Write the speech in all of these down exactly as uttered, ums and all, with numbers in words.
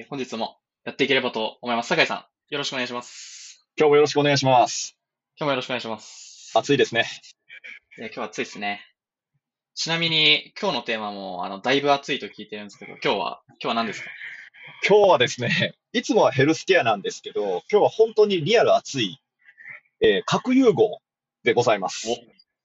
ー本日もやっていければと思います。酒井さん、よろしくお願いします。 今日もよろしくお願いします。 今日もよろしくお願いします。 暑いですね。 えー今日は暑いですね。ちなみに、今日のテーマも、あの、だいぶ暑いと聞いてるんですけど、今日は、今日は何ですか？ 今日はですね、いつもはヘルスケアなんですけど、今日は本当にリアル暑い、えー核融合でございまお、 す。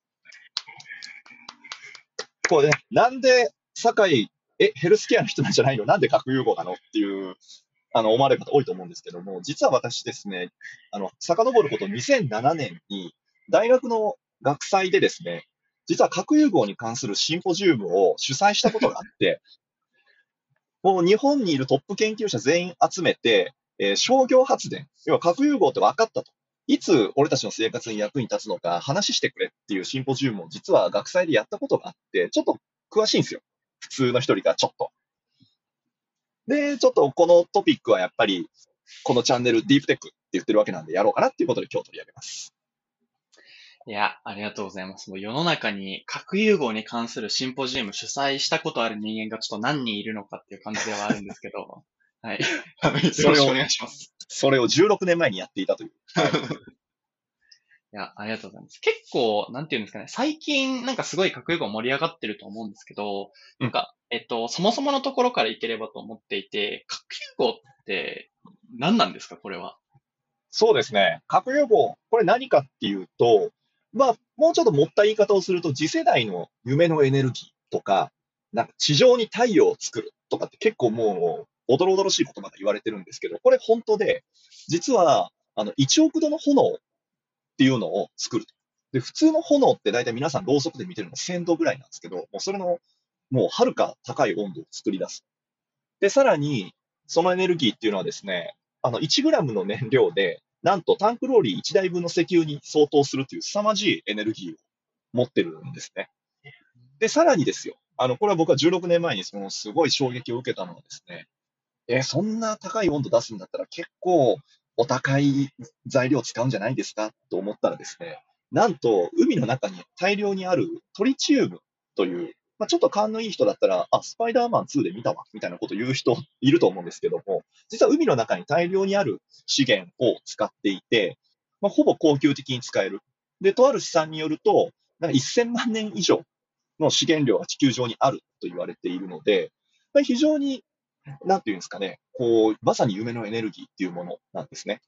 これね、なんで酒井、え、ヘルスケアの人なんじゃないのなんで核融合なのっていう、あの、思われる方多いと思うんですけども、実は私ですね、あの、遡ることにせんななねんに、大学の学祭でですね、実は核融合に関するシンポジウムを主催したことがあって、もう日本にいるトップ研究者全員集めて、えー商業発電、要は核融合って分かったと。いつ俺たちの生活に役に立つのか話してくれっていうシンポジウムを実は学祭でやったことがあって、ちょっと詳しいんですよ。普通の一人がちょっと。で、ちょっとこのトピックはやっぱり、このチャンネルディープテックって言ってるわけなんでやろうかなっていうことで今日取り上げます。 いや、ありがとうございます。もう世の中に核融合に関するシンポジウム主催したことある人間がちょっと何人いるのかっていう感じではあるんですけど、はい。あのよそれを、 ろしくお願いします。 それをじゅうろくねんまえにやっていたという。はい。 いや、ありがとうございます。結構、なんていうんですかね、最近なんかすごい核融合盛り上がってると思うんですけど、 うん。 なんか、えっと、そもそものところからいければと思っていて、核融合って何なんですか、これは。 そうですね。核融合、これ何かっていうと、まあ、もうちょっと持った言い方をすると、次世代の夢のエネルギーとか、なんか地上に太陽を作るとかって結構もう、おどろおどろしい言葉が言われてるんですけど、これ本当で、実は、あの、いちおく度の炎っていうのを作る。で、普通の炎って大体皆さんろうそくで見てるのせんどぐらいなんですけど、もうそれの、もうはるか高い温度を作り出す。で、さらに、そのエネルギーっていうのはですね、あの、いちグラムの燃料で、なんとタンクローリーいちだいぶんの石油に相当するという凄まじいエネルギーを持ってるんですね。で、さらにですよ、あの、これは僕はじゅうろくねんまえにそのすごい衝撃を受けたのはですね、え、そんな高い温度出すんだったら結構お高い材料使うんじゃないですかと思ったらですね、なんと海の中に大量にあるトリチウムという、まあ、ちょっと勘のいい人だったら、あ、スパイダーマンツーで見たわ、みたいなこと言う人いると思うんですけども、実は海の中に大量にある資源を使っていて、まあ、ほぼ恒久的に使える。で、とある試算によると、なんかせんまん年以上の資源量が地球上にあると言われているので、まあ非常になんていうんですかね、こう、まさに夢のエネルギーっていうものなんですね。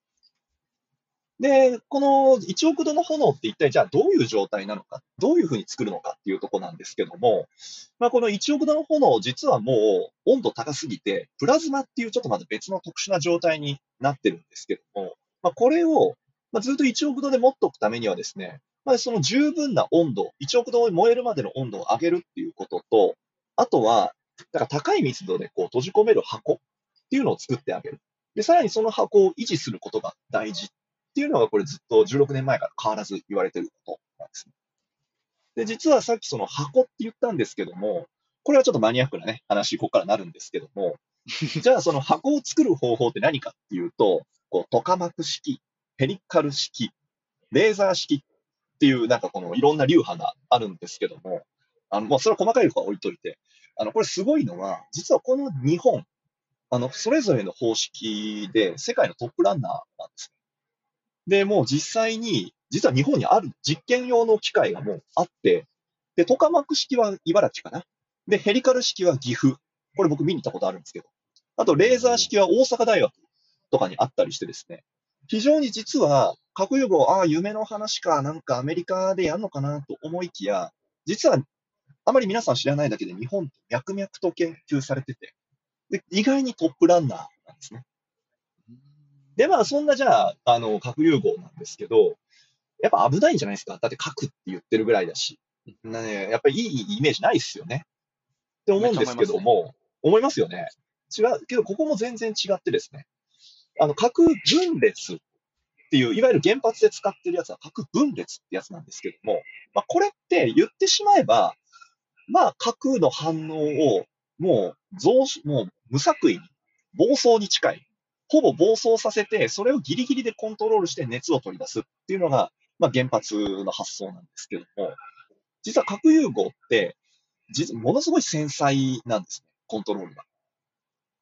で、このいちおく度の炎って一体じゃあどういう状態なのか、どういうふうに作るのかっていうところなんですけども、まあ、このいちおく度の炎、実はもう温度高すぎて、プラズマっていうちょっとまた別の特殊な状態になってるんですけども、まあ、これを、まあ、ずっといちおく度で持っておくためにはですね、まあ、その十分な温度、いちおく度燃えるまでの温度を上げるっていうことと、あとは、だから高い密度でこう閉じ込める箱っていうのを作ってあげる。で、さらにその箱を維持することが大事っていうのがこれずっとじゅうろくねんまえから変わらず言われていることなんですね。で、実はさっきその箱って言ったんですけども、これはちょっとマニアックなね、話、ここからなるんですけども、じゃあその箱を作る方法って何かっていうと、こう、トカマク式、ペリカル式、レーザー式っていう、なんかこのいろんな流派があるんですけども、あの、もうそれは細かいところは置いといて、あの、これすごいのは、実はこの日本、あの、それぞれの方式で世界のトップランナーなんです。で、もう実際に、実は日本にある実験用の機械がもうあって、で、トカマク式は茨城かな。で、ヘリカル式は岐阜。これ僕見に行ったことあるんですけど。あと、レーザー式は大阪大学とかにあったりしてですね。非常に実は、核融合、ああ、夢の話か、なんかアメリカでやるのかなと思いきや、実はあまり皆さん知らないだけで日本って脈々と研究されてて、で、意外にトップランナーなんですね。で、まあ、そんなじゃあ、あの、核融合なんですけど、やっぱ危ないんじゃないですか。だって核って言ってるぐらいだし。なね、やっぱりいいイメージないっすよね。ってめっちゃ思うんです思いますね。 けども、思いますよね。違う、けどここも全然違ってですね。あの、核分裂っていう、いわゆる原発で使ってるやつは核分裂ってやつなんですけども、まあ、これって言ってしまえば、まあ、核の反応をもう増、もう無作為に、暴走に近い。ほぼ暴走させて、それをギリギリでコントロールして熱を取り出すっていうのが、まあ、原発の発想なんですけども、実は核融合って、実ものすごい繊細なんですね、コントロールが。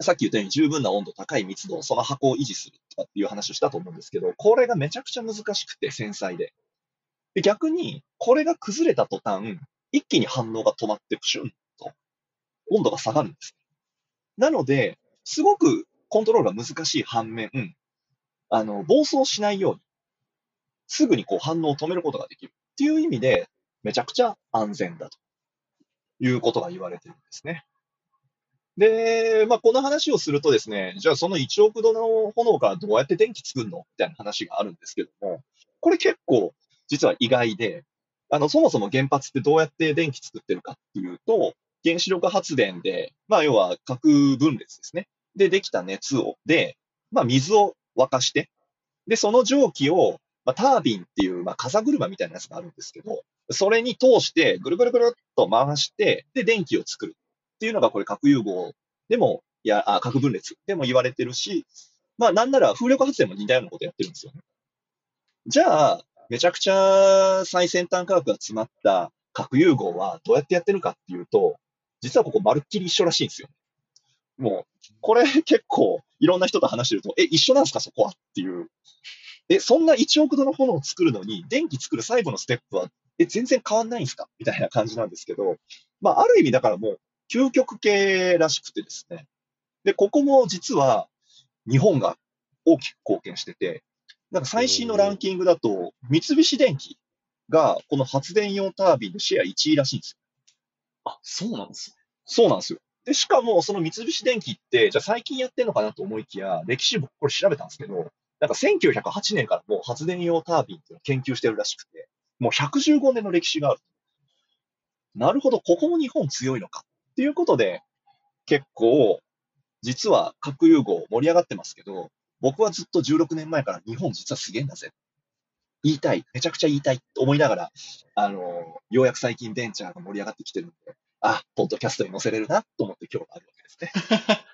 さっき言ったように十分な温度、高い密度、その箱を維持するとかっていう話をしたと思うんですけど、これがめちゃくちゃ難しくて繊細で。で、逆に、これが崩れた途端、一気に反応が止まってプシュンと温度が下がるんです。なので、すごくコントロールが難しい反面、あの、暴走しないように、すぐにこう反応を止めることができるっていう意味で、めちゃくちゃ安全だということが言われてるんですね。で、まあ、この話をするとですね、じゃあそのいちおく度の炎からどうやって電気作るのみたいな話があるんですけども、これ結構実は意外で、あの、そもそも原発ってどうやって電気作ってるかっていうと、原子力発電で、まあ要は核分裂ですね。で、できた熱を、で、まあ水を沸かして、で、その蒸気を、まあ、タービンっていう、まあ、風車みたいなやつがあるんですけど、それに通して、ぐるぐるぐるっと回して、で、電気を作るっていうのが、これ核融合でも、いや、あ、核分裂でも言われてるし、まあ、なんなら風力発電も似たようなことやってるんですよね。じゃあ、めちゃくちゃ最先端科学が詰まった核融合はどうやってやってるかっていうと、実はここまるっきり一緒らしいんですよ。もう、これ結構いろんな人と話してると、え、一緒なんですかそこはっていうえ、そんないちおく度の炎を作るのに、電気作る最後のステップは、え、全然変わんないんですかみたいな感じなんですけど、まあ、ある意味だからもう、究極系らしくてですね。で、ここも実は、日本が大きく貢献してて、なんか最新のランキングだと、三菱電機が、この発電用タービンでシェアいちいらしいんですよ。 あ、そうなんですね。 そうなんですよ。で、しかも、その三菱電機って、じゃあ最近やってんのかなと思いきや、歴史僕これ調べたんですけど、なんかせんきゅうひゃくはちねんからもう発電用タービンっていうのを研究してるらしくて、もうひゃくじゅうごねんの歴史がある。なるほど、ここも日本強いのか。っていうことで、結構、実は核融合盛り上がってますけど、僕はずっとじゅうろくねんまえから日本実はすげえんだぜ。言いたい。めちゃくちゃ言いたいと思いながら、あの、ようやく最近ベンチャーが盛り上がってきてるんで、あ、ポッドキャストに載せれるなと思って今日があるわけですね。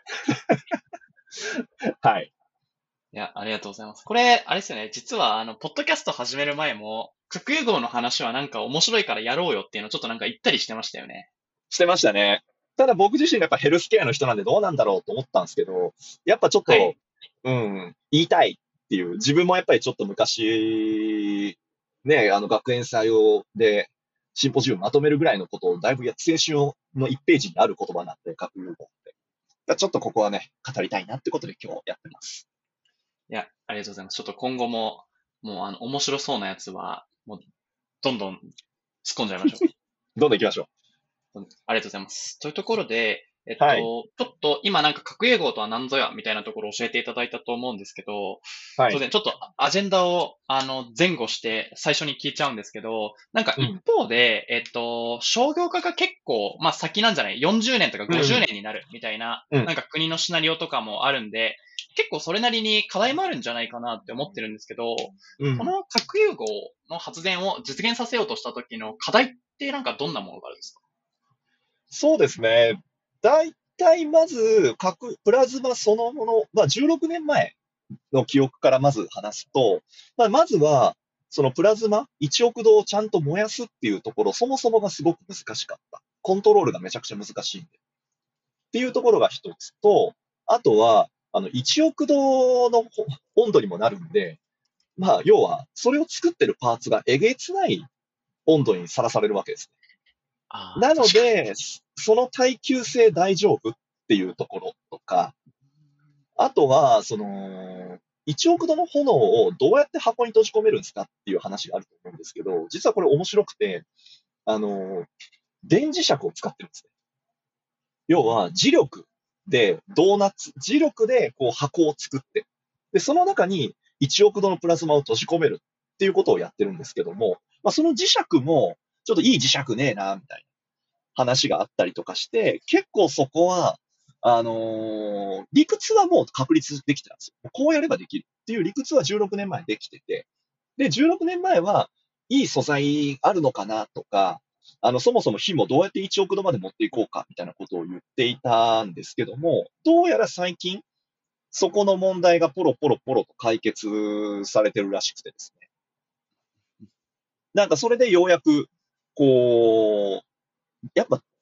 はい。 いや、ありがとうございます。これ、あれですよね。実は、あの、ポッドキャスト始める前も、核融合の話はなんか面白いからやろうよっていうのをちょっとなんか言ったりしてましたよね。 してましたね。ただ僕自身やっぱヘルスケアの人なんでどうなんだろうと思ったんですけど、やっぱちょっと、 はい。 うん、言いたいっていう、自分もやっぱりちょっと昔、ね、あの学園祭を、で、シンポジウムまとめるぐらいのことをだいぶや、青春のいちページにある言葉なんで、核融合って。だからちょっとここはね、語りたいなってことで今日やってます。 いや、ありがとうございます。ちょっと今後も、もうあの、面白そうなやつは、もう、どんどん突っ込んじゃいましょう。 どんどん行きましょうんありがとうございます。というところで、えう。はい。 っと、ちょっと今なんか核融合とは何ぞやみたいなところを教えていただいたと思うんですけど、 はい。 当然ちょっとアジェンダをあの前後して最初に聞いちゃうんですけど、なんか一うん。 方で、えっと、商業化が結構、まあ先なんじゃない ?よんじゅう 年とか50 うん。 年になるみたいな、 うん。 なんか国のシナリオとかもあるんで、結構それなりに課題もあるんじゃないかなって思ってるんですけど、 うん。 この核融合の発電を実現させようとした時の課題ってなんかどんなものがあるんですか？ そうですね。大体まず、核、プラズマそのもの、まあじゅうろくねんまえの記憶からまず話すと、まあ、まずは、そのプラズマいちおく度をちゃんと燃やすっていうところ、そもそもがすごく難しかった。コントロールがめちゃくちゃ難しいんで。っていうところが一つと、あとは、あの、いちおく度のほ温度にもなるんで、まあ、要は、それを作ってるパーツがえげつない温度にさらされるわけです。 ああなー、確かに。 ので、その耐久性大丈夫っていうところとか、あとは、その、いちおく度の炎をどうやって箱に閉じ込めるんですかっていう話があると思うんですけど、実はこれ面白くて、あの、電磁石を使ってるんですね。要は、磁力でドーナツ、磁力でこう箱を作って、で、その中にいちおく度のプラズマを閉じ込めるっていうことをやってるんですけども、まあ、その磁石も、ちょっといい磁石ねえな、みたいな。話があったりとかして、結構そこは、あのー理屈はもう確立できてたんですよ。こうやればできるっていう理屈はじゅうろくねんまえできてて、で、じゅうろくねんまえはいい素材あるのかなとか、あの、そもそも火もどうやっていちおく度まで持っていこうかみたいなことを言っていたんですけども、どうやら最近、そこの問題がポロポロポロと解決されてるらしくてですね。なんかそれでようやく、こう、やっぱ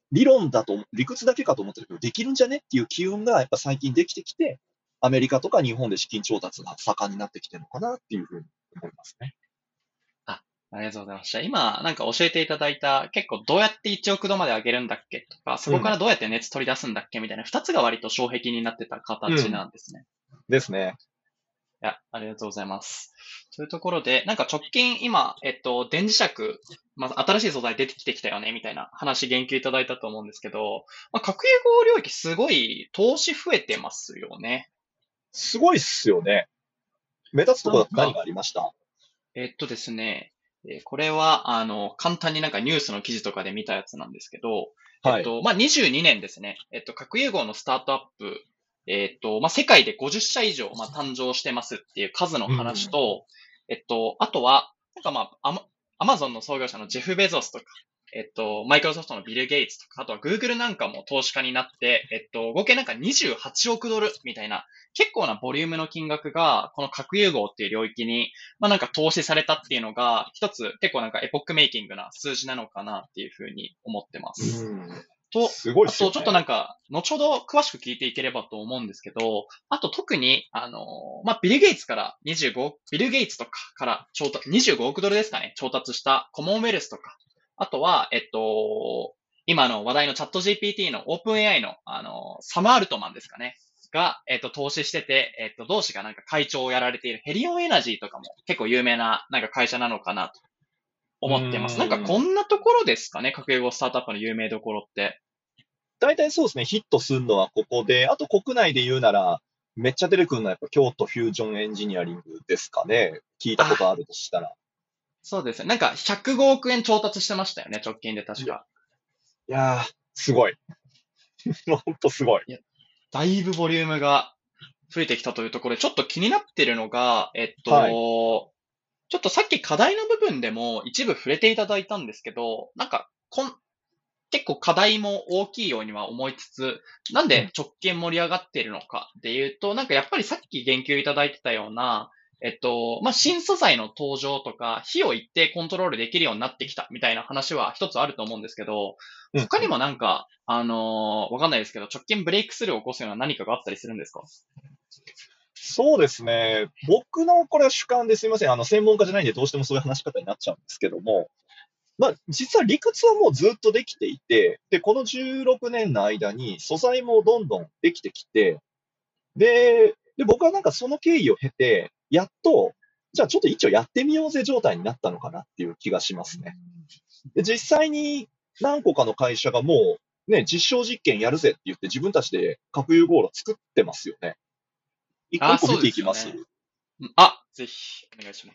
理論だと、理屈だけかと思ってるけど、できるんじゃねっていう機運がやっぱ最近できてきて、アメリカとか日本で資金調達が盛んになってきてるのかなっていうふうに思いますね。 あ、ありがとうございました。今、なんか教えていただいた、結構どうやっていちおく度まで上げるんだっけとか、そこかうん。 らどうやって熱取り出すんだっけみたいな二つが割と障壁になってた形うん。 なんですね。 ですね。 いや、ありがとうございます。というところで、なんか直近今、えっと、電磁石、まあ、新しい素材出てきてきたよね、みたいな話言及いただいたと思うんですけど、まあ、核融合領域すごい投資増えてますよね。 すごいっすよね。目立つところだと何なんか、 がありました？ えっとですね、えーこれは、あの、簡単になんかニュースの記事とかで見たやつなんですけど、えはい。 っと、まあ、にじゅうにねんですね。えっと、核融合のスタートアップ、えっと、まあ、世界でごじゅっしゃ以上、まあ、誕生してますっていう数のうん。 話と、えっと、あとは、なんかまあ、アマ、アマゾンの創業者のジェフ・ベゾスとか、えっと、マイクロソフトのビル・ゲイツとか、あとはグーグルなんかも投資家になって、えっと、合計なんかにじゅうはちおくドルみたいな、結構なボリュームの金額が、この核融合っていう領域にまあなんか投資されたっていうのが、一つ結構なんかエポックメイキングな数字なのかなっていうふうに思ってまうす。 ん。 と、 すごいっあとちょっとすよね。 なんか、後ほど詳しく聞いていければと思うんですけど、あと特に、あの、まあ、ビル・ゲイツからにじゅうご、ビル・ゲイツとかから調達、にじゅうごおくドルですかね、調達したコモンウェルスとか、あとは、えっと、今の話題のチャット ジーピーティー のオープン エーアイ の、あの、サム・アルトマンですかね。が、えっと、投資してて、えっと、同志がなんか会長をやられているヘリオンエナジーとかも結構有名ななんか会社なのかなとう思ってます。なんかこん。 んなところですかね、核融合スタートアップの有名どころって。 大体そうですね、ヒットするのはここで、あと国内で言うなら、めっちゃ出てくるのはやっぱ京都フュージョンエンジニアリングですかね。聞いたことあ、 あるとしたら。 そうですね。なんかひゃくごおく円調達してましたよね、直近で確いや、 か。 いやー、すごい。もうほんとすごい。 いや、だいぶボリュームが増えてきたというところで、ちょっと気になってるのが、えっはい。 と、ちょっとさっき課題の部分でも一部触れていただいたんですけど、なんか、こん、結構課題も大きいようには思いつつ、なんうん。 で直近盛り上がっているのかっていうと、なんかやっぱりさっき言及いただいてたような、えっと、まあ、新素材の登場とか、火を一定コントロールできるようになってきたみたいな話は一つあると思うんですけど、 うん。うん。 他にもなんか、あのーわかんないですけど、直近ブレイクスルーを起こすような何かがあったりするんですか？ そうですね。僕のこれは主観ですいません。あの、専門家じゃないんでどうしてもそういう話し方になっちゃうんですけども、まあ、実は理屈はもうずっとできていて、で、このじゅうろくねんの間に素材もどんどんできてきて、で、で、僕はなんかその経緯を経て、やっと、じゃあちょっと一応やってみようぜ状態になったのかなっていう気がしますね。で、実際に何個かの会社がもう、ね、実証実験やるぜって言って自分たちで核融合炉作ってますよね。一個ああ、 一個見そうていきます。 ですよね。んあ、ぜひ、お願いします。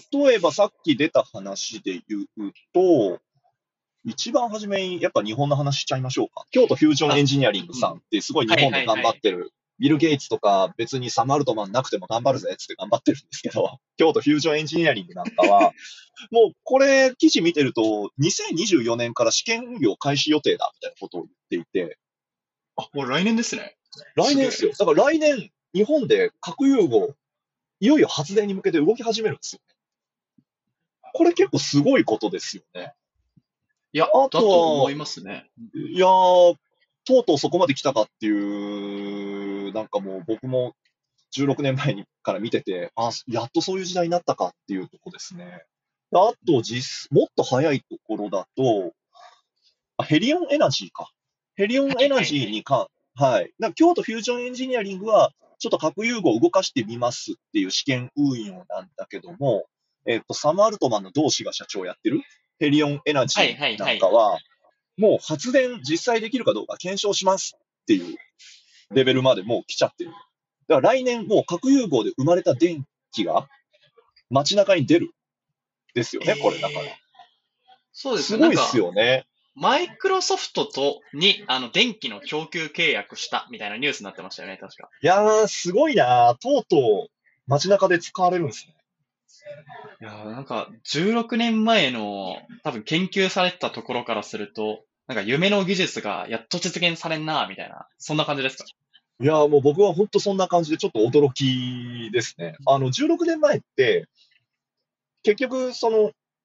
例えばさっき出た話で言うと、一番初めにやっぱ日本の話しちゃいましょうか。京都フュージョンエンあ、 ジニアリングうん。 さんってすごい日はい本で頑はいはい。 張ってる。ビル・ゲイツとか別にサム・アルトマンなくても頑張るぜっつって頑張ってるんですけど、京都フュージョンエンジニアリングなんかは、もうこれ記事見てると、にせんにじゅうよねんから試験運用開始予定だみたいなことを言っていて、 あ、もう来年ですね。すげえ。 来年ですよ。だから来年、日本で核融合、いよいよ発電に向けて動き始めるんですよ。これ結構すごいことですよね。 いや、 あだと思とは、 いますね。 いやー、とうとうそこまで来たかっていう、なんかもう僕もじゅうろくねんまえにから見てて、あ、やっとそういう時代になったかっていうとこですね。あと実、もっと早いところだと、あヘリオンエナジーか。ヘリオンはいエナはいはい。 ジーにか、はい。だ京都フュージョンエンジニアリングは、ちょっと核融合を動かしてみますっていう試験運用なんだけども、えっと、サム・アルトマンの同志が社長をやってるヘリオンエナはいジーはいはい。 なんかは、もう発電実際できるかどうか検証しますっていうレベルまでもう来ちゃってる。だから来年もう核融合で生まれた電気が街中に出るですよね、これだから。 ええそうですよ。なすごいっすんか、 よね。 マイクロソフトとに、あの、電気の供給契約したみたいなニュースになってましたよね、確か。 いやー、すごいなー。とうとう街中で使われるんですね。 いやーなんか、じゅうろくねんまえの、多分研究されてたところからすると、なんか夢の技術がやっと実現されんな、みたいな、そんな感じですか？ いやー、もう僕は本当そんな感じでちょっと驚きですね。あの、じゅうろくねんまえって、結局、その、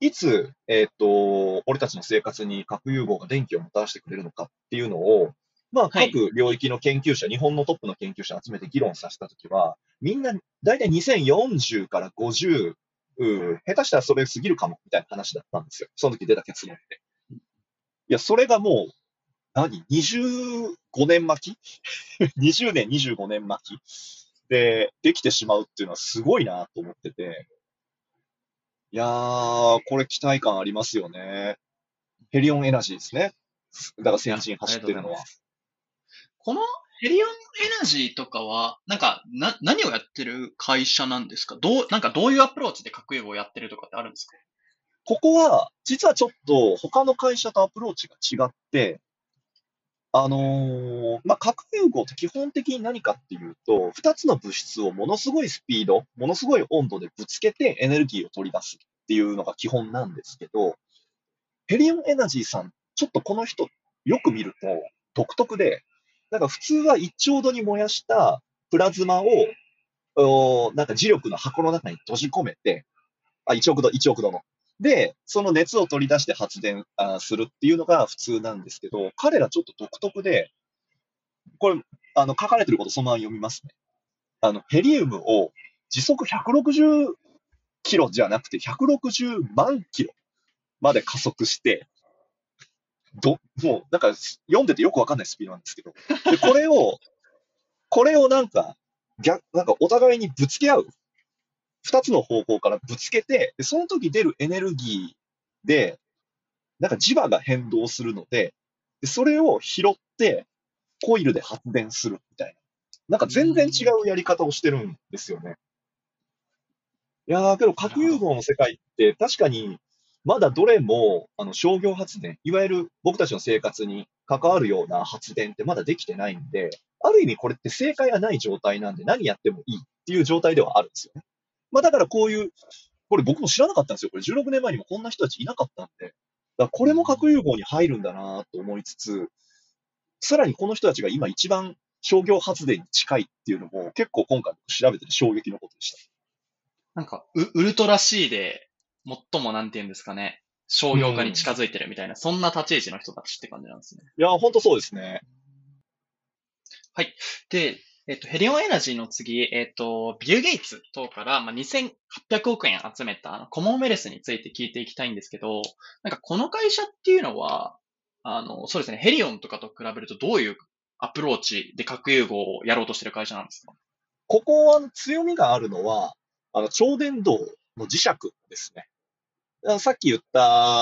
いつ、えっと、俺たちの生活に核融合が電気をもたらしてくれるのかっていうのを、まあ、 はい。 各領域の研究者、日本のトップの研究者を集めて議論させたときは、みんな、だいたいにせんよんじゅうからごじゅう、うん下手したらそれ過ぎるかも、みたいな話だったんですよ。その時出た結論って。いや、それがもう、何？ にじゅうご 年巻きにじゅうねん、にじゅうごねん巻きで、できてしまうっていうのはすごいなと思ってて、いやー、これ期待感ありますよね。ヘリオンエナジーですね。だからいや、 先陣ありがとうご走ってるのは。 ざいます。このヘリオンエナジーとかは、なんか、な、何をやってる会社なんですか？どう、なんかどういうアプローチで核融合をやってるとかってあるんですか？ ここは、実はちょっと他の会社とアプローチが違って、あのーまあ、核融合って基本的に何かっていうと、二つの物質をものすごいスピード、ものすごい温度でぶつけてエネルギーを取り出すっていうのが基本なんですけど、ヘリオンエナジーさん、ちょっとこの人、よく見ると独特で、なんか普通はいっちょうどに燃やしたプラズマを、おなんか磁力の箱の中に閉じ込めて、あ、いちおく度、いちおく度の。で、その熱を取り出して発電あするっていうのが普通なんですけど、彼らちょっと独特で、これ、あの、書かれてることそのまま読みますね。あの、ヘリウムを時速ひゃくろくじゅうキロじゃなくてひゃくろくじゅうまんキロまで加速して、ど、もう、なんか、読んでてよくわかんないスピードなんですけど。で、これを、これをなんか、逆、なんかお互いにぶつけ合う。二つの方向からぶつけて、で、その時出るエネルギーで、なんか磁場が変動するので、でそれを拾ってコイルで発電するみたいな。なんかう全然違ーん。 うやり方をしてるんですよね。いやー、けどなるほど。 核融合の世界って確かにまだどれもあの商業発電、いわゆる僕たちの生活に関わるような発電ってまだできてないんで、ある意味これって正解がない状態なんで何やってもいいっていう状態ではあるんですよね。まあだからこういう、これ僕も知らなかったんですよ。これじゅうろくねんまえにもこんな人たちいなかったんで。だからこうーれも核融ん。 合に入るんだなと思いつつ、さらにこの人たちが今一番商業発電に近いっていうのも結構今回調べてて衝撃のことでした。 なんか、ウ、ウルトラ C で、最もなんて言うんですかね、商業化にうん。 近づいてるみたいな、そんな立ち位置の人たちって感じなんですね。 いや、ほんとそうですね。 はい。で、えっと、ヘリオンエナジーの次、えっと、ビル・ゲイツ等から、まあ、にせんはっぴゃくおく円集めたあのコモンウェルスについて聞いていきたいんですけど、なんかこの会社っていうのは、あの、そうですね、ヘリオンとかと比べるとどういうアプローチで核融合をやろうとしてる会社なんですか？ ここは強みがあるのは、あの、超電導の磁石ですね。あさっき言った、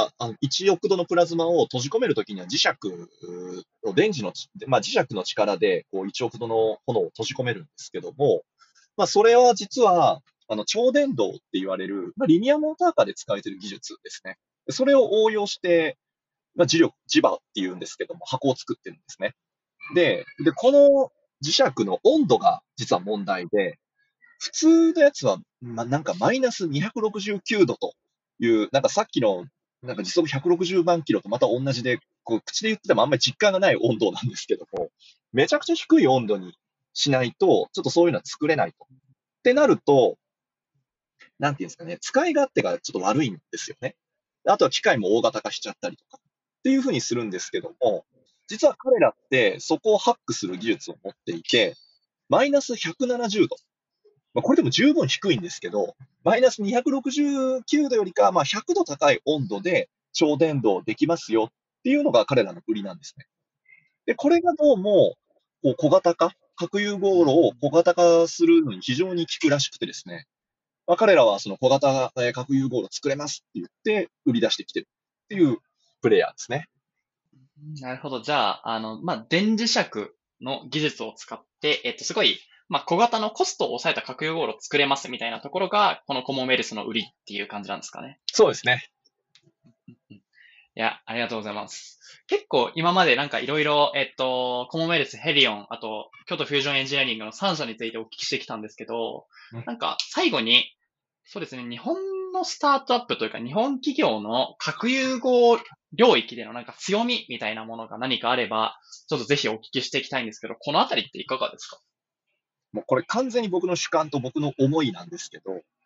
あの、いちおく度のプラズマを閉じ込めるときには磁石の電磁のち、まあ、磁石の力で、こう、いちおく度の炎を閉じ込めるんですけども、まあ、それは実は、あの、超電導って言われる、まあ、リニアモーターカーで使われている技術ですね。それを応用して、まあ、磁力、磁場って言うんですけども、箱を作ってるんですね。で、で、この磁石の温度が実は問題で、普通のやつは、ま、なんかマイナスにひゃくろくじゅうきゅうどという、なんかさっきの、なんか時速ひゃくろくじゅうまんキロとまた同じで、こう口で言っててもあんまり実感がない温度なんですけども、めちゃくちゃ低い温度にしないと、ちょっとそういうのは作れないと。ってなると、なんていうんですかね、使い勝手がちょっと悪いんですよね。あとは機械も大型化しちゃったりとか、っていうふうにするんですけども、実は彼らってそこをハックする技術を持っていて、マイナスひゃくななじゅうど。まあ、これでも十分低いんですけど、マイナスにひゃくろくじゅうきゅうどよりか、まあ、ひゃくど高い温度で超伝導できますよっていうのが彼らの売りなんですね。で、これがどうも、こう小型化、核融合炉を小型化するのに非常に効くらしくてですね、まあ、彼らはその小型えー核融合炉作れますって言って売り出してきてるっていうプレイヤーですね。 なるほど。じゃあ、あの、まあ、電磁石の技術を使って、えっと、すごい、まあ、小型のコストを抑えた核融合炉を作れますみたいなところが、このコモンウェルスの売りっていう感じなんですかね。 そうですね。 うん。いや、ありがとうございます。結構今までなんかいろいろ、えっと、コモンウェルス、ヘリオン、あと、京都フュージョンエンジニアリングのさん社についてお聞きしてきたんですけど、なんか最後に、そうですね、日本のスタートアップというか、日本企業の核融合領域でのなんか強みみたいなものが何かあれば、ちょっとぜひお聞きしていきたいんですけど、このあたりっていかがですか？ もうこれ完全に僕の主観と僕の思いなんですけど、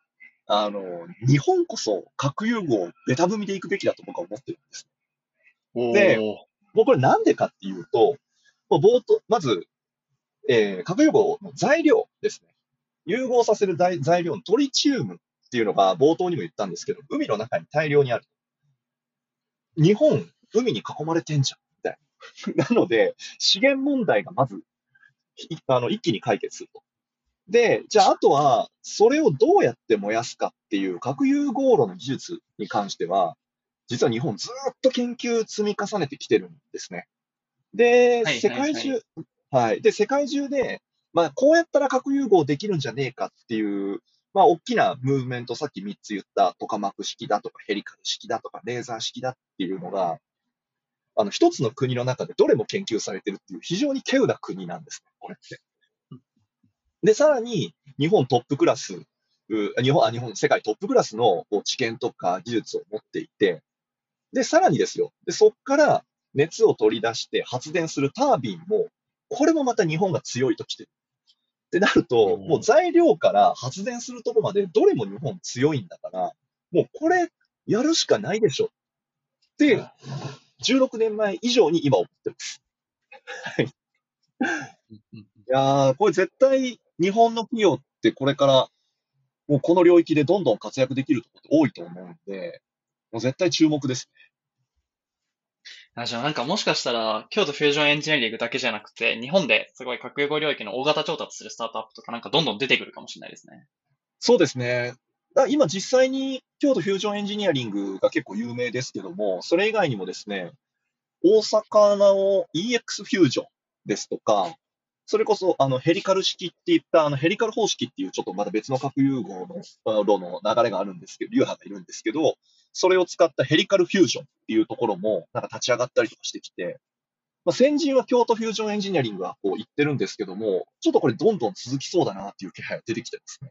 あの、日本こそ核融合をベタ踏みでいくべきだと僕は思ってるんです。で、 おー。 もうこれなんでかっていうと、もう冒頭、まず、えー核融合の材料ですね。融合させる材材料のトリチウムっていうのが冒頭にも言ったんですけど、海の中に大量にある。日本、海に囲まれてんじゃん。みたいな。なので、資源問題がまず、いあの、一気に解決すると。で、じゃあ、あとは、それをどうやって燃やすかっていう核融合炉の技術に関しては、実は日本ずーっと研究積み重ねてきてるんですね。で、 はい世界中、 はいはい。 はい。で、世界中で、まあ、こうやったら核融合できるんじゃねえかっていう、まあ、大きなムーブメント、さっきみっつ言ったトカマク式だとかヘリカル式だとかレーザー式だっていうのが、あの、一つの国の中でどれも研究されてるっていう非常に稀有な国なんですね、これって。で、さらに、日本トップクラス、う日本、あ、日本、世界トップクラスのこう知見とか技術を持っていて、で、さらにですよ。で、そこから熱を取り出して発電するタービンも、これもまた日本が強いときてる。ってなると、もうおー。 材料から発電するとこまでどれも日本強いんだから、もうこれやるしかないでしょって、じゅうろくねんまえ以上に今思ってます。はい。いうんうんうん。 やー、これ絶対日本の企業ってこれからもうこの領域でどんどん活躍できるところって多いと思うんで、もう絶対注目です。 あ、じゃあなんかもしかしたら、京都フュージョンエンジニアリングだけじゃなくて、日本ですごい核融合領域の大型調達するスタートアップとかなんかどんどん出てくるかもしれないですね。 そうですね。だ今実際に京都フュージョンエンジニアリングが結構有名ですけども、それ以外にもですね、大阪の イーエックス フュージョンですとか、それこそあのヘリカル式って言ったあのヘリカル方式っていうちょっとまた別の核融合のあのの流れがあるんですけど、流派がいるんですけど、それを使ったヘリカルフュージョンっていうところもなんか立ち上がったりとかしてきて、まあ、先人は京都フュージョンエンジニアリングはこう言ってるんですけども、ちょっとこれどんどん続きそうだなっていう気配が出てきてますね。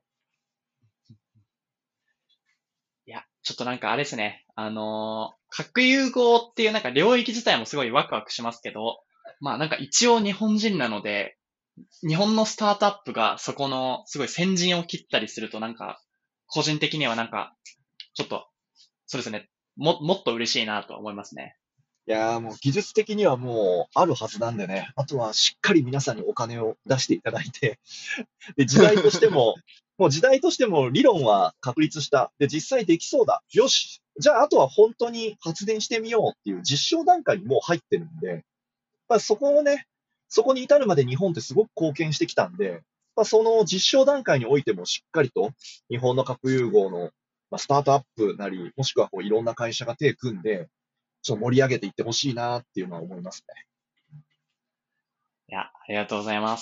いや、ちょっとなんかあれですね。あのー核融合っていうなんか領域自体もすごいワクワクしますけど、まあなんか一応日本人なので、日本のスタートアップがそこのすごい先陣を切ったりするとなんか、個人的にはなんか、ちょっと、そうですね。も、もっと嬉しいなとは思いますね。 いやーもう技術的にはもうあるはずなんでね、あとはしっかり皆さんにお金を出していただいて、で、時代としても、もう時代としても理論は確立した。で、実際できそうだ。よし。じゃあ、あとは本当に発電してみようっていう実証段階にもう入ってるんで、まあ、そこをね、そこに至るまで日本ってすごく貢献してきたんで、まあ、その実証段階においてもしっかりと日本の核融合の、まあ、スタートアップなり、もしくはこういろんな会社が手を組んで、ちょっと盛り上げていってほしいなっていうのは思いますね。 いや、ありがとうございます。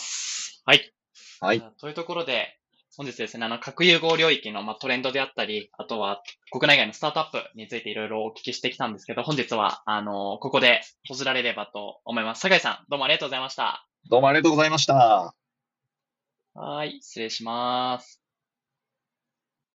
はい。 はい。 じゃあ、というところで、本日ですね、あの、核融合領域の、まあ、トレンドであったり、あとは国内外のスタートアップについていろいろお聞きしてきたんですけど、本日は、あの、ここで閉じられればと思います。酒井さん、どうもありがとうございました。 どうもありがとうございました。 はい、失礼します。